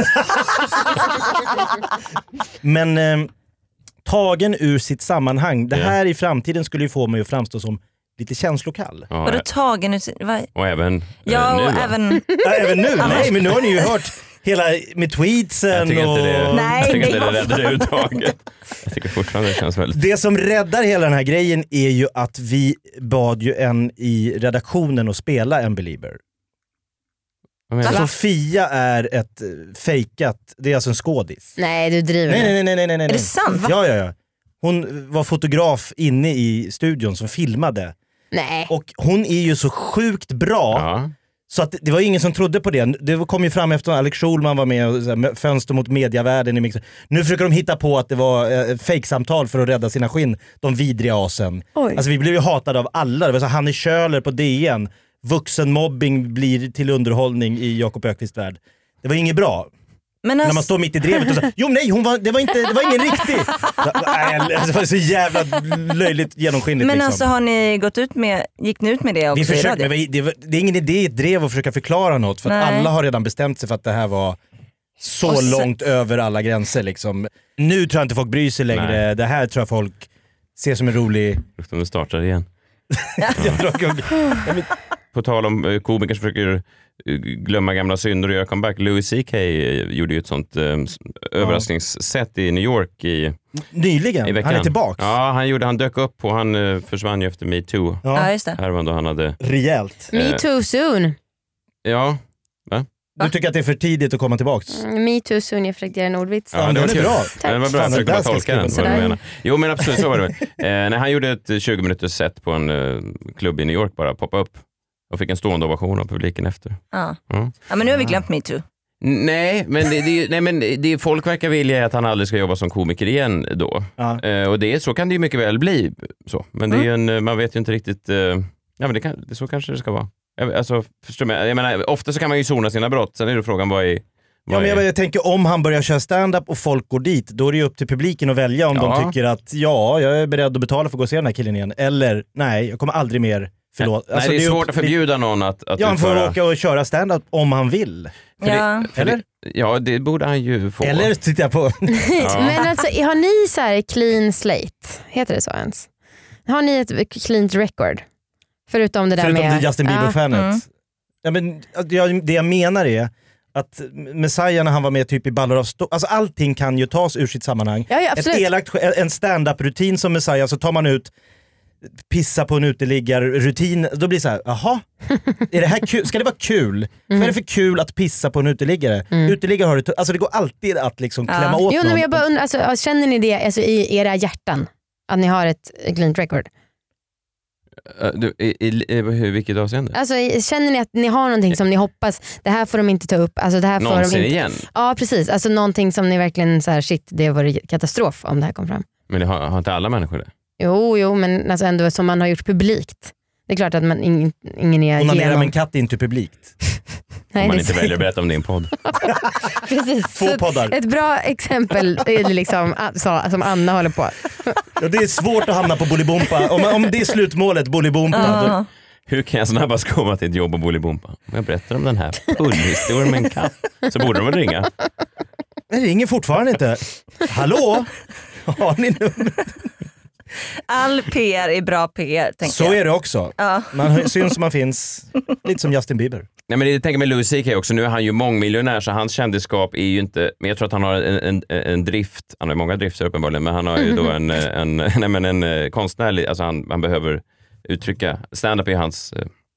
Men tagen ur sitt sammanhang. Det här i framtiden skulle ju få mig att framstå som lite känslokall. Ja, och då tagen ut... Och även nu även nu? Nej, men nu har ni ju hört hela med tweetsen. Jag tycker inte det räddar det överhuvudtaget. Jag tycker fortfarande det känns väldigt... Det som räddar hela den här grejen är ju att vi bad ju en i redaktionen att spela en belieber. Sofia är ett fejkat, det är alltså en skådis. Nej, du driver. Nej. Är det sant? Ja. Hon var fotograf inne i studion som filmade. Nej. Och hon är ju så sjukt bra. Ja. Så att det var ingen som trodde på det. Det kom ju fram efter att Alex Schulman var med och fönster mot mediavärlden i mixen. Nu försöker de hitta på att det var fejksamtal för att rädda sina skinn. De vidriga asen. Oj. Alltså vi blev ju hatade av alla. Det var så Hanne Köhler på DN. Vuxenmobbing blir till underhållning i Jakob Ökvists värld. Det var inget bra. När man står mitt i drevet och säger, det var ingen riktig. Det var så jävla löjligt genomskinligt. Men liksom. alltså gick ni ut med det också? Vi försökte, men det är ingen idé i ett drev att försöka förklara något. För att alla har redan bestämt sig för att det här var så långt över alla gränser. Liksom. Nu tror jag inte folk bryr sig längre. Nej. Det här tror jag folk ser som en rolig... De startar igen. På tal om komiker som försöker glömma gamla synder och göra comeback. Louis C.K. gjorde ju ett sånt överraskningssätt i New York nyligen. I veckan. Han är tillbaka. Ja, han dök upp och han försvann ju efter Me Too. Ja, just det. Här var då han hade... Rejält. Me Too soon. Ja. Va? Du tycker att det är för tidigt att komma tillbaka? Me Too soon, jag försökte göra en ordvits. Ja, det var bra. Tack. Det var bra, jag försökte bara tolka den. Vad du menar. Jo, men absolut, så var det. När han gjorde ett 20 minuters set på en klubb i New York, bara poppa upp och fick en stående ovation av publiken efter. Ja, men nu har vi glömt Me Too. Nej, men folk verkar vilja att han aldrig ska jobba som komiker igen då. Ja. Och så kan det ju mycket väl bli. Så. Men det är man vet ju inte riktigt... så kanske det ska vara. Alltså, förstår mig. Jag menar, ofta så kan man ju zona sina brott. Sen är det frågan jag tänker om han börjar köra stand-up och folk går dit, då är det ju upp till publiken att välja om de tycker att jag är beredd att betala för att gå och se den här killen igen. Eller nej, jag kommer aldrig mer förlåt. Nej, det är svårt att förbjuda någon att han får åka och köra stand-up om han vill. Eller? Ja, det borde han ju få. Eller tittar jag på. Men alltså, har ni så här clean slate? Heter det så ens? Har ni ett clean record? Förutom det det Justin Bieber-fanet. Ja, men det jag menar är att Messiah när han var med typ i Ballar av alltså allting kan ju tas ur sitt sammanhang. Ja, en stand-up-rutin som Messiah, så tar man ut pissa på en uteliggar-rutin, då blir det så här, jaha, är det här kul? Ska det vara kul? Vad är det för kul att pissa på en uteliggare? Uteliggare har det, alltså det går alltid att liksom klämma åt någon. Men jag bara undrar, alltså, känner ni det alltså, i era hjärtan? Att ni har ett clean record? Vilket avseende? Alltså, känner ni att ni har någonting som ni hoppas, det här får de inte ta upp, alltså, det här får någonsin de inte... igen? Ja, precis, alltså någonting som ni verkligen så här, shit, det var katastrof om det här kom fram. Men det har inte alla människor det? Jo, men alltså ändå som man har gjort publikt. Det är klart att man ingen är onanera med en katt är inte publikt. Nej, om man inte väljer att berätta om din podd. Precis. Två poddar. Ett bra exempel är det liksom som Anna håller på. Ja, det är svårt att hamna på Bolibompa. Om det är slutmålet, Bolibompa. Hur kan jag snabbast komma till ett jobb på Bolibompa? Om jag berättar om den här pullhistorien med en katt så borde de väl ringa. Det ringer fortfarande inte. Hallå? Har ni nummer? All PR är bra PR, tänker så jag. är det också. Ja. Man syns som man finns. Lite som Justin Bieber. Nej, men jag tänker med Louis C.K. också. Nu är han ju mångmiljonär, så hans kändisskap är ju inte... Men jag tror att han har en drift. Han har många drifter uppenbarligen, men han har ju då en konstnärlig... Alltså han behöver uttrycka... Stand-up är hans...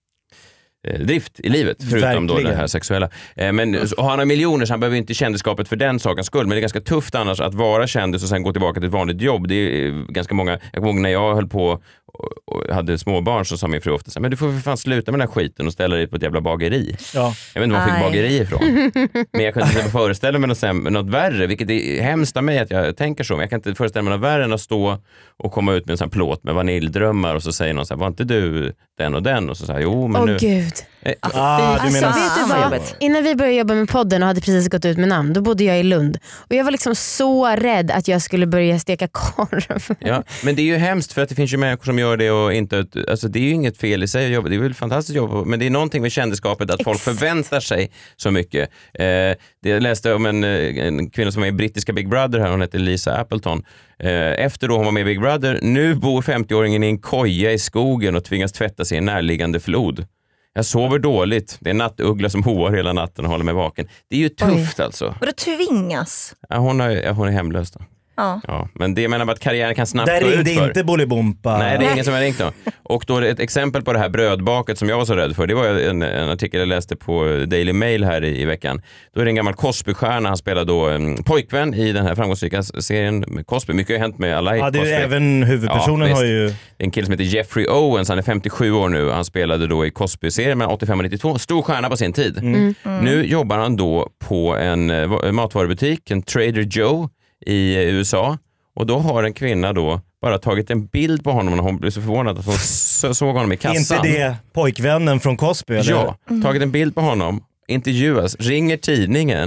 drift i livet, förutom då det här sexuella. Och han har miljoner, så han behöver inte kändisskapet för den sakens skull, men det är ganska tufft annars att vara kändis och sen gå tillbaka till ett vanligt jobb. Det är ganska många, jag kommer ihåg när jag höll på och hade småbarn, så sa min fru ofta så här, men du får för fan sluta med den här skiten och ställa dig på ett jävla bageri. Ja. Jag vet inte var jag fick bageri ifrån. Men jag kan inte föreställa mig något värre, vilket är hemskt av mig att jag tänker så, men jag kan inte föreställa mig något värre än att stå och komma ut med en sån plåt med vaniljdrömmar och så säger någon så här, var inte du den och den? Och så säger jo, men nu... Gud. Du menar... Vet du vad? Innan vi började jobba med podden och hade precis gått ut med namn, då bodde jag i Lund. Och jag var liksom så rädd att jag skulle börja steka korv. Ja, men det är ju hemskt för att det finns ju människor som gör det och inte... Alltså det är ju inget fel i sig att jobba, det är väl fantastiskt jobb. Men det är någonting med kändisskapet att folk förväntar sig så mycket. Jag läste om en kvinna som var i brittiska Big Brother här, hon heter Lisa Appleton. Efter då hon var med i Big Brother, nu bor 50-åringen i en koja i skogen och tvingas tvätta sig i en närliggande flod. Jag sover dåligt. Det är en nattuggla som hoar hela natten och håller mig vaken. Det är ju tufft alltså. Och det tvingas? Ja, hon är hemlös då. Ja, men det menar att karriären kan snabbt gå ut för. Där ringde inte Bolibompa. Nej, det är ingen som har ringt då. Och då ett exempel på det här brödbaket som jag var så rädd för, det var en artikel jag läste på Daily Mail här i veckan. Då är det en gammal Cosby-stjärna, han spelar då en pojkvän i den här framgångsrika serien med Cosby. Mycket har hänt med alla i Cosby. Ja, det är även huvudpersonen har ju... Det är en kille som heter Jeffrey Owens, han är 57 år nu. Han spelade då i Cosby-serien mellan 85 och 92. Stor stjärna på sin tid. Nu jobbar han då på en matvarubutik, en Trader Joe i USA, och då har en kvinna då bara tagit en bild på honom när hon blev så förvånad att hon såg honom i kassan. Inte det pojkvännen från Cosby? Eller? Ja, tagit en bild på honom, intervjuas, ringer tidningen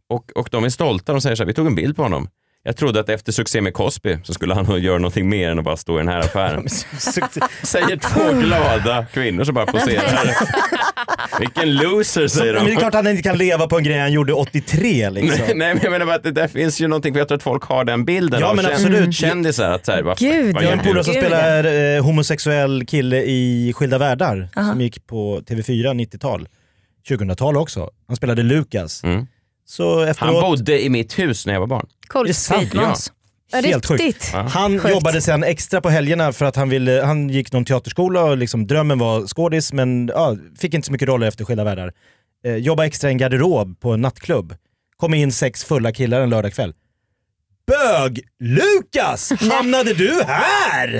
Och de är stolta. De säger så här, vi tog en bild på honom. Jag trodde att efter succé med Cosby så skulle han göra någonting mer än att bara stå i den här affären. Säger 2 glada kvinnor som bara poserar. Vilken loser, säger de. Men det är klart att han inte kan leva på en grej han gjorde 83 liksom. Nej, men jag menar bara att det där finns ju någonting, för jag tror att folk har den bilden. Ja, men absolut. Kändisar att så här, vad jag har en polare som spelar homosexuell kille i Skilda världar som gick på TV4 90-tal. 2000-tal också. Han spelade Lucas. Så efteråt... Han bodde i mitt hus när jag var barn. Det är sant. Ja. Helt sjukt. Han jobbade sen extra på helgerna för att han gick någon teaterskola och liksom drömmen var skådis, men fick inte så mycket roller efter Skilda världar. Jobba extra i en garderob på en nattklubb. Kom in 6 fulla killar en lördagkväll. Bög! Lukas! Hamnade du här?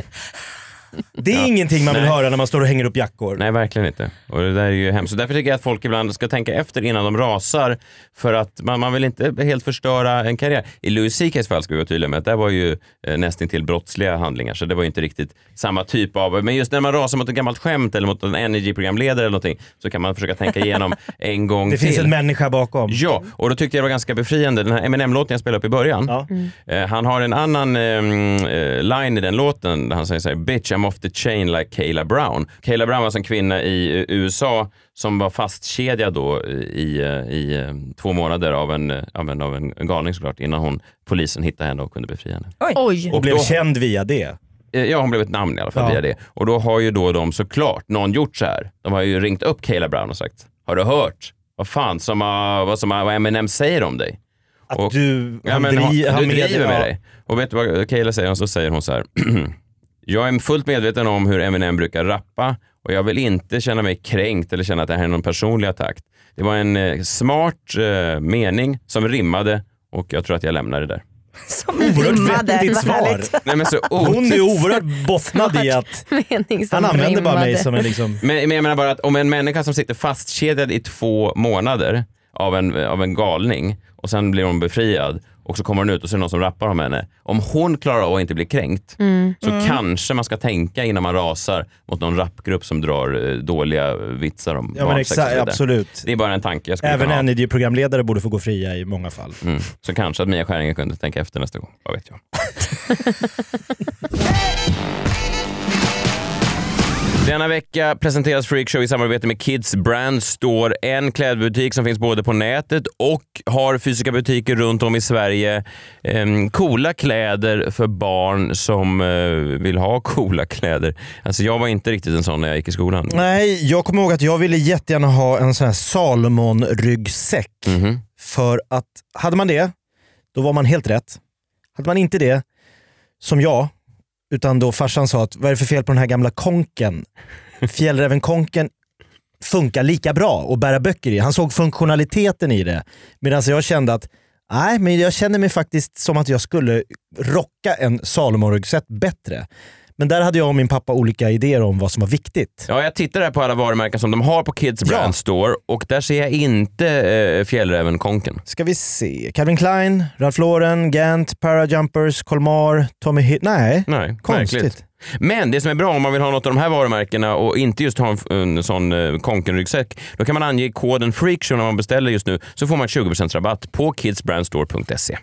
Det är ingenting man vill höra när man står och hänger upp jackor. Nej, verkligen inte. Och det där är ju hemskt. Så därför tycker jag att folk ibland ska tänka efter innan de rasar. För att man vill inte helt förstöra en karriär. I Louis CK:s fall ska vi vara tydliga med att det var ju nästan till brottsliga handlingar. Så det var ju inte riktigt samma typ av... Men just när man rasar mot ett gammalt skämt eller mot en Energy-programledare eller någonting, så kan man försöka tänka igenom en gång det till. Det finns en människa bakom. Ja, och då tyckte jag det var ganska befriande. Den här Eminem-låten jag spelade upp i början. Han har en annan line i den låten där han säger så här: bitch, I'm off the chain like Kayla Brown. Kayla Brown var en kvinna i USA som var fastkedjad då i 2 månader av en galning såklart, innan polisen hittade henne och kunde befria henne. Oj. Och blev känd via det. Ja, hon blev ett namn i alla fall via det. Och då har ju då de såklart någon gjort så här. De har ju ringt upp Kayla Brown och sagt: har du hört vad fan vad Eminem säger om dig? Att och, du driver med dig. Och vet du vad Kayla säger? Och så säger hon så här: jag är fullt medveten om hur Eminem brukar rappa och jag vill inte känna mig kränkt eller känna att det här är någon personlig attack. Det var en smart mening som rimmade och jag tror att jag lämnar det där. Som rimmade, ditt svar. Nej, men så hon är oerhört bottnad i att han använder bara mig som en liksom... Men jag menar bara att om en människa som sitter fastkedjad i 2 månader av en galning och sen blir hon befriad och så kommer hon ut och så är det någon som rappar om henne. Om hon klarar av att inte bli kränkt så kanske man ska tänka innan man rasar mot någon rapgrupp som drar dåliga vitsar om barnsex. Absolut. Det är bara en tanke jag skulle även Energy-programledare borde få gå fria i många fall. Så kanske att Mia Skäringer kunde tänka efter nästa gång. Vad vet jag. Denna vecka presenteras Freakshow i samarbete med Kids Brand Store, en klädbutik som finns både på nätet och har fysiska butiker runt om i Sverige. Coola kläder för barn som vill ha coola kläder. Alltså jag var inte riktigt en sån när jag gick i skolan. Nej, jag kommer ihåg att jag ville jättegärna ha en sån här Salomon-ryggsäck. För att hade man det, då var man helt rätt. Hade man inte det, som jag, utan då farsan sa att vad är det för fel på den här gamla konken? Fjällräven-konken funkar lika bra att bära böcker i. Han såg funktionaliteten i det. Medan jag kände att nej, men jag kände mig faktiskt som att jag skulle rocka en Salomon-ryggsäck bättre. Men där hade jag och min pappa olika idéer om vad som var viktigt. Ja, jag tittar där på alla varumärken som de har på Kids Brand Store och där ser jag inte Fjällräven-konken. Ska vi se. Calvin Klein, Ralph Lauren, Gant, Parajumpers, Colmar, Tommy Hill. Nej, konstigt. Märkligt. Men det som är bra om man vill ha något av de här varumärkena och inte just ha en sån konkenryggsäck, då kan man ange koden Freakshow när man beställer just nu, så får man 20% rabatt på kidsbrandstore.se.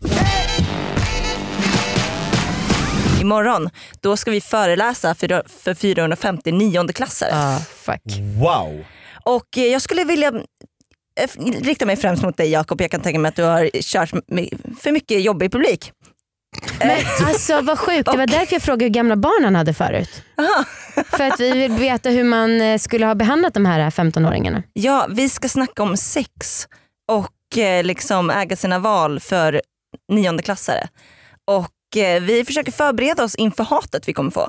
Imorgon, då ska vi föreläsa för 459-klassare. Fuck. Wow! Och jag skulle vilja rikta mig främst mot dig, Jakob. Jag kan tänka mig att du har kört för mycket jobbig publik. Men alltså vad sjukt, det var därför jag frågade hur gamla barn han hade förut. För att vi vill veta hur man skulle ha behandlat de här 15-åringarna. Ja, vi ska snacka om sex och liksom äga sina val för 9-klassare. Och vi försöker förbereda oss inför hatet vi kommer få.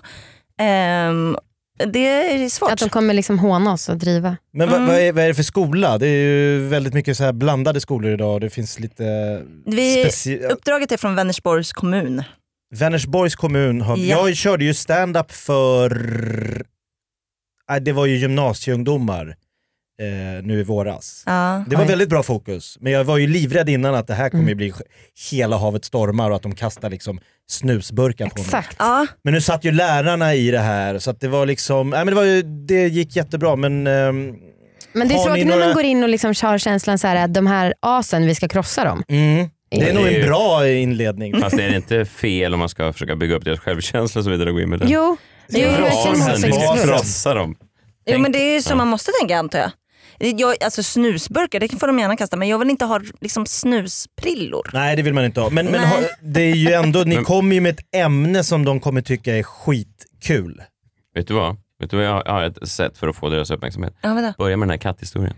Det är svårt. Att de kommer liksom håna oss och driva. Men vad är det för skola? Det är ju väldigt mycket så här blandade skolor idag. Det finns lite... Uppdraget är från Vänersborgs kommun. Vänersborgs kommun har... Ja. Jag körde ju stand-up för... det var ju gymnasieungdomar nu i våras. Det var väldigt bra fokus. Men jag var ju livrädd innan att det här kommer bli hela havet stormar och att de kastar liksom snusburkar på mig. Men nu satt ju lärarna i det här så att det var liksom det gick jättebra, men Men det är tråkigt när man går in och liksom kör känslan så här att de här asen, vi ska krossa dem. Det är nog en bra inledning. Fast det är inte fel om man ska försöka bygga upp deras självkänsla och så vidare och gå in med det. Jo, det är verkligen krossa dem. Jo, men det är ju så man måste tänka, antar jag. Alltså snusburkar, det får de gärna kasta, men jag vill inte ha liksom snusprillor. Nej, det vill man inte ha. Men det är ju ändå, ni kommer ju med ett ämne som de kommer tycka är skitkul. Vet du vad? Jag har ett sätt för att få deras uppmärksamhet. Börja med den här katthistorien.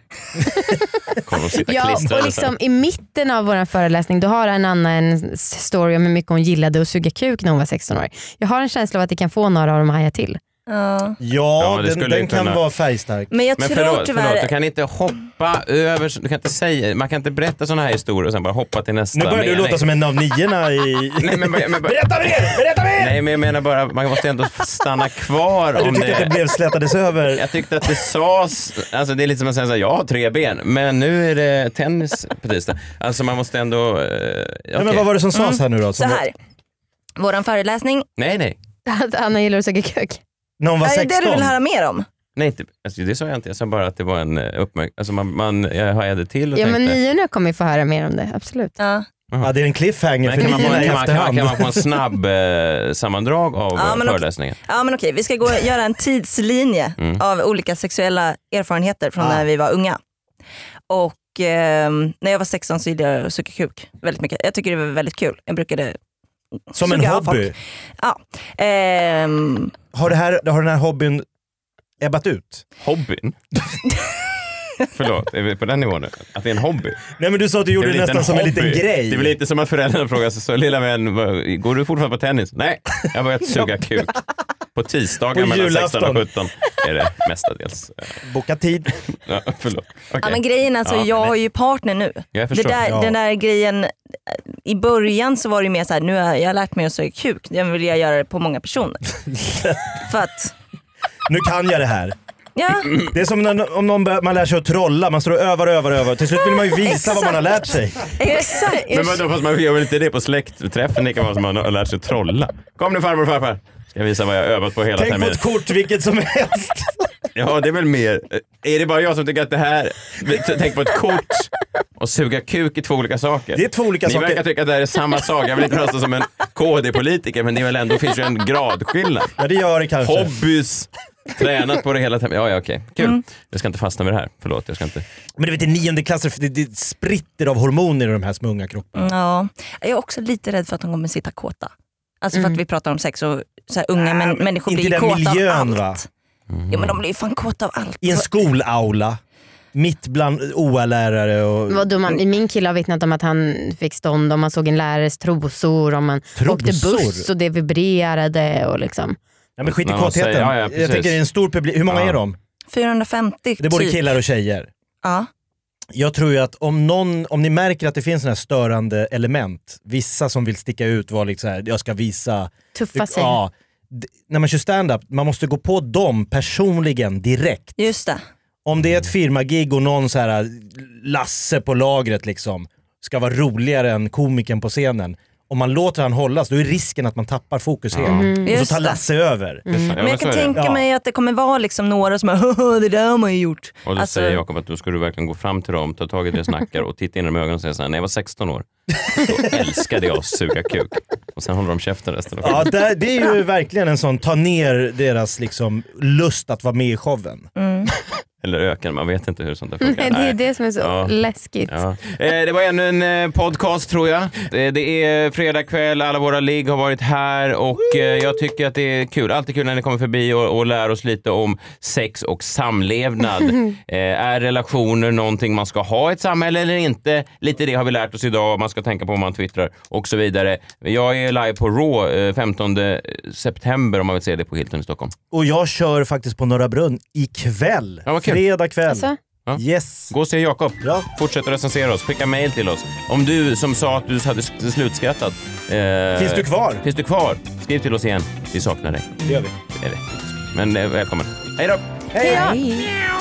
Och liksom i mitten av vår föreläsning då har Anna en story om hur mycket hon gillade att suga kuk när hon var 16 år. Jag har en känsla av att det kan få några av dem haja till. Ja, den kan vara färgstark. Men förlåt, du kan inte hoppa över, du kan inte säga, man kan inte berätta såna här historier och sen bara hoppa till nästa. Nu börjar du låta som en av niorna i... Nej, men berätta mer! Nej, men jag menar bara, man måste ändå stanna kvar om du tyckte att det blev slätades över? Jag tyckte att det sades, alltså det är lite som att säga såhär, jag har 3 ben, men nu är det tennis på tisdag. Alltså man måste ändå... Nej, men vad var det som sades här nu då? Så här, våran föreläsning... Nej. Att Anna gillar att suga kuk. När hon var 16. Är det du vill höra mer om? Nej, inte, alltså, det sa jag inte. Jag sa bara att det var en alltså jag hajade till och tänkte... men 9 kommer få höra mer om det, absolut. Ja, det är en cliffhanger för kan man få en snabb sammandrag av föreläsningen? Ja, men okej. Vi ska göra en tidslinje av olika sexuella erfarenheter från när vi var unga. Och när jag var 16 så gillade jag att suga kuk väldigt mycket. Jag tycker det var väldigt kul. Jag brukade som en hobby? Ja. Har den här hobbyn ebbat ut? Hobbyn? Förlåt, är vi på den nivån nu? Att det är en hobby? Nej, men du sa att du gjorde det nästan som en liten grej. Det är väl inte som att föräldrarna frågar sig så, lilla vän, går du fortfarande på tennis? Nej, jag har börjat suga kuk. På tisdagar mellan 16 och 17 är det mestadels. Boka tid. Ja, förlåt. Okay. Ja, men grejen alltså, jag har ju partner nu. Jag förstår. Den där grejen, i början så var det mer så här, nu har jag lärt mig att suga kuk. Jag vill göra det på många personer. För att... Nu kan jag det här. Ja. Det är som om man lär sig att trolla. Man står och övar. Till slut vill man ju visa vad man har lärt sig. Exakt. Men vadå, fast man gör väl inte det på släktträffen? Det kan vara som man har lärt sig att trolla. Kom nu farmor och farfar. Ska jag visa vad jag har övat på hela terminen. terminen. Tänk på ett kort, vilket som helst. Ja, det är väl mer. Är det bara jag som tycker att det här... Tänk på ett kort och suga kuk i 2 olika saker. Det är 2 olika saker. Ni verkar tycka att det här är samma sak. Jag vill inte rösta som en KD-politiker, men det är väl ändå, finns ju en gradskillnad. Ja, det gör det kanske. Hobbys. Tränat på det hela tiden. Ja, okej. Kul. Jag ska inte fastna med det här. Förlåt, jag ska inte. Men du vet, i 9:e klass, det spritter av hormoner i de här små unga kropparna. Ja, jag är också lite rädd för att de kommer sitta kåta. Alltså för att vi pratar om sex och så här, unga människor blir kåta miljön, av allt. Va? Ja, men de blir fan kåta av allt. I en skolaula. Mitt bland OA-lärare och... Min kille har vittnat om att han fick stånd om man såg en lärares trosor, om man åkte buss och det vibrerade och liksom... Ja, men skit i kåtheten. Jag tänker det är en stor publik. Hur många är de? 450. Det är både killar och tjejer. Ja. Jag tror ju att om ni märker att det finns såna här störande element, vissa som vill sticka ut, var liksom här, jag ska visa... Tuffa sig. Ja. När man kör stand-up, man måste gå på dem personligen direkt. Just det. Om det är ett firmagig och någon så här Lasse på lagret liksom ska vara roligare än komikern på scenen. Om man låter han hållas, då är risken att man tappar fokus helt. Och så tar Lasse över. Men jag kan tänka mig att det kommer vara liksom några som har det där har man ju gjort. Och då säger Jakob att då ska du verkligen gå fram till dem, ta tag i deras nackar och titta in i ögonen och säga så här: när jag var 16 år så älskade jag att suga kuk. Och sen håller de käften resten av filmen. Ja, det är ju verkligen en sån, ta ner deras liksom lust att vara med i showen. Eller ökar, man vet inte hur sånt där funkar. Nej, det är det som är så läskigt. Ja. Det var ännu en podcast, tror jag. Det är fredag kväll, alla våra ligg har varit här och jag tycker att det är kul. Alltid kul när ni kommer förbi och lär oss lite om sex och samlevnad. Är relationer någonting man ska ha i ett samhälle eller inte? Lite det har vi lärt oss idag, man ska tänka på om man twittrar och så vidare. Jag är live på Raw 15 september om man vill se det på Hilton i Stockholm. Och jag kör faktiskt på Norra Brunn ikväll. Ja, fredag kväll. Alltså? Ja. Yes. Gå och se Jakob. Ja. Fortsätt att recensera oss. Skicka mejl till oss. Om du som sa att du hade slutskrattat. Finns du kvar? Finns du kvar? Skriv till oss igen. Vi saknar dig. Det gör vi. Det är det. Men välkommen. Hej då! Hej!